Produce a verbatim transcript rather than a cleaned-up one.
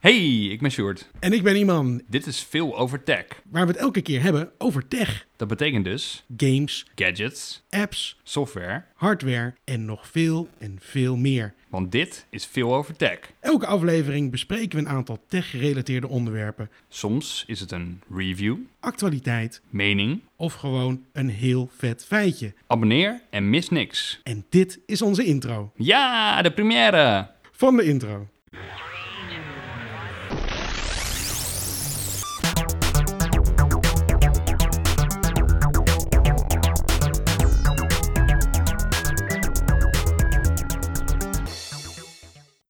Hey, ik ben Sjoerd. En ik ben Iman. Dit is Veel over Tech. Waar we het elke keer hebben over tech. Dat betekent dus Games, gadgets, apps, software, hardware en nog veel en veel meer. want dit is Veel over Tech. Elke aflevering bespreken we een aantal tech-gerelateerde onderwerpen. Soms is het een review, Actualiteit mening. of gewoon een heel vet feitje. Abonneer en mis niks. En dit is onze intro. Ja, de première! Van de intro.